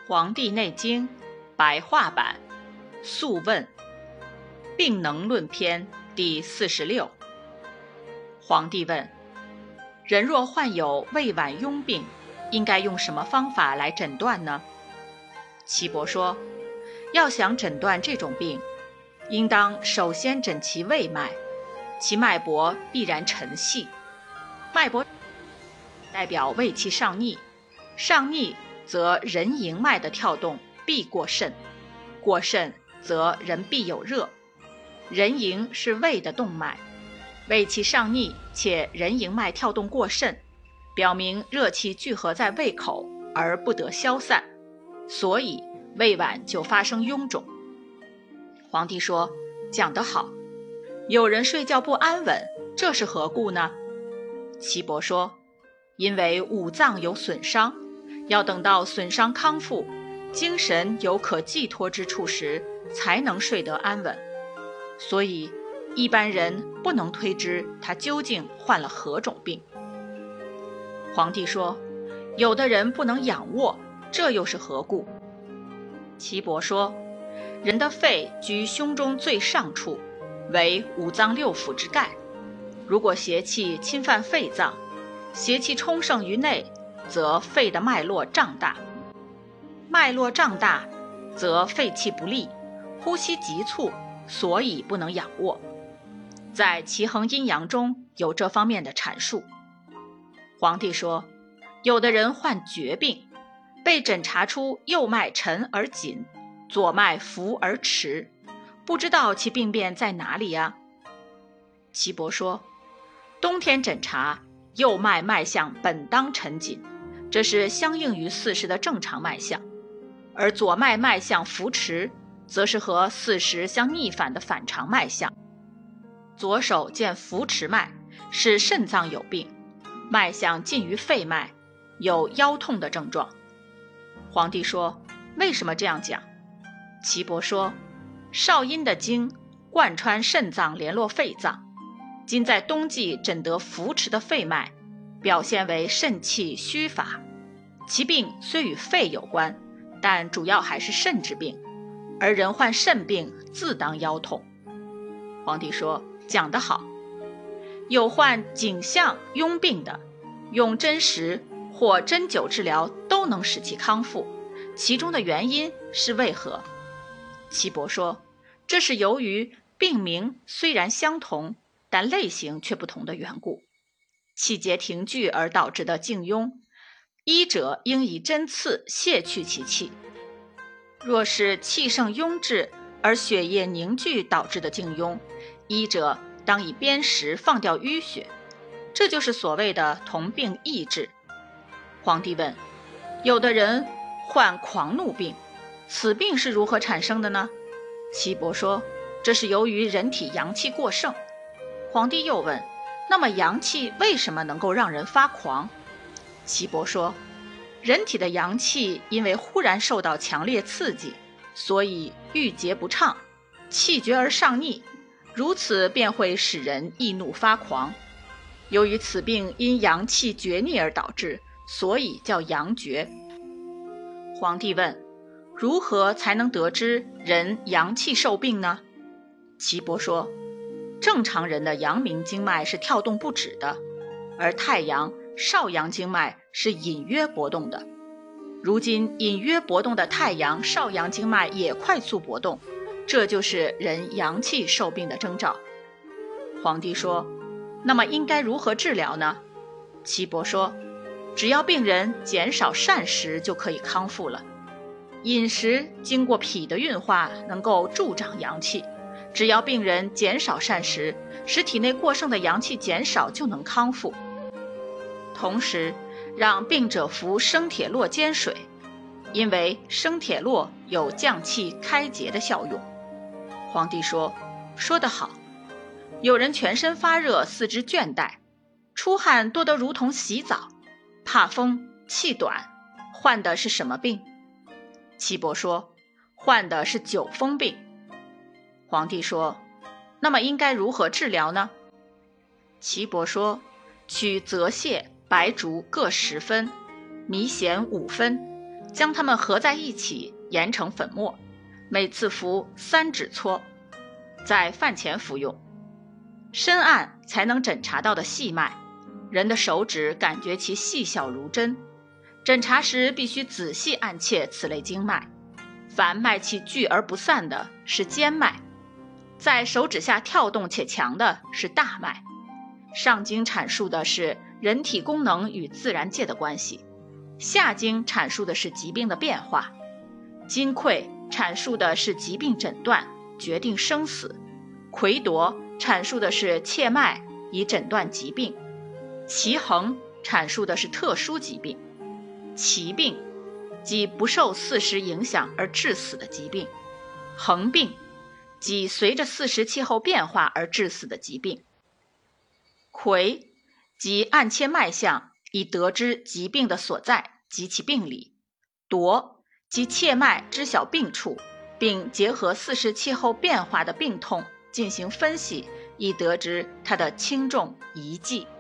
黄帝内经白话版素问病能论篇第46。黄帝问：人若患有胃脘痈病，应该用什么方法来诊断呢？岐伯说，要想诊断这种病，应当首先诊其胃脉，其脉搏必然沉细，脉搏代表胃气上逆，上逆则人迎脉的跳动必过甚，过甚则人必有热。人迎是胃的动脉，胃气上逆且人迎脉跳动过甚，表明热气聚合在胃口而不得消散，所以胃脘就发生臃肿。皇帝说，讲得好，有人睡觉不安稳，这是何故呢？岐伯说，因为五脏有损伤，要等到损伤康复，精神有可寄托之处时，才能睡得安稳。所以一般人不能推知他究竟患了何种病。皇帝说，有的人不能仰卧，这又是何故？岐伯说，人的肺居胸中最上处，为五脏六腑之盖，如果邪气侵犯肺脏，邪气充盛于内，则肺的脉络胀大，脉络胀大则肺气不利，呼吸急促，所以不能仰卧。在《奇衡阴阳》中有这方面的阐述。皇帝说，有的人患厥病，被诊查出右脉沉而紧，左脉浮而迟，不知道其病变在哪里啊？岐伯说，冬天诊查右脉脉象本当沉紧，这是相应于四时的正常脉象，而左脉脉象浮迟，则是和四时相逆反的反常脉象。左手见浮迟脉，是肾脏有病，脉象近于肺脉，有腰痛的症状。皇帝说，为什么这样讲？岐伯说，少阴的经贯穿肾脏联络肺脏，今在冬季诊得浮迟的肺脉，表现为肾气虚乏，其病虽与肺有关，但主要还是肾之病，而人患肾病自当腰痛。皇帝说，讲得好，有患颈项痈病的，用针石或针灸治疗都能使其康复，其中的原因是为何？岐伯说，这是由于病名虽然相同，但类型却不同的缘故。气结停聚而导致的颈痈，医者应以针刺泄去其气；若是气盛壅滞而血液凝聚导致的颈痈，医者当以砭石放掉淤血，这就是所谓的同病异治。皇帝问，有的人患狂怒病，此病是如何产生的呢？岐伯说，这是由于人体阳气过盛。皇帝又问，那么阳气为什么能够让人发狂？岐伯说，人体的阳气因为忽然受到强烈刺激，所以郁结不畅，气绝而上逆，如此便会使人易怒发狂。由于此病因阳气绝逆而导致，所以叫阳厥。皇帝问，如何才能得知人阳气受病呢？岐伯说，正常人的阳明经脉是跳动不止的，而太阳、少阳经脉是隐约搏动的。如今隐约搏动的太阳、少阳经脉也快速搏动，这就是人阳气受病的征兆。皇帝说，那么应该如何治疗呢？岐伯说，只要病人减少膳食就可以康复了。饮食经过脾的运化，能够助长阳气，只要病人减少膳食，使体内过剩的阳气减少，就能康复。同时让病者服生铁络煎水，因为生铁络有降气开结的效用。皇帝说，说得好，有人全身发热，四肢倦怠，出汗多得如同洗澡，怕风，气短，患的是什么病？岐伯说，患的是久风病。皇帝说，那么应该如何治疗呢？岐伯说，取泽泻、白术各10分，迷涎5分， 将它们合在一起研成粉末，每次服3指搓，在饭前服用。深按才能诊查到的细脉，人的手指感觉其细小如针，诊查时必须仔细按切此类经脉。凡脉气聚而不散的是尖脉，在手指下跳动且强的是大脉。上经阐述的是人体功能与自然界的关系，下经阐述的是疾病的变化，金匮阐述的是疾病诊断，决定生死，魁夺阐述的是切脉以诊断疾病，奇恒阐述的是特殊疾病，奇病即不受四时影响而致死的疾病，恒病即随着四时气候变化而致死的疾病。魁即按切脉象以得知疾病的所在及其病理，夺即切脉知晓病处，并结合四时气候变化的病痛进行分析，以得知它的轻重宜忌。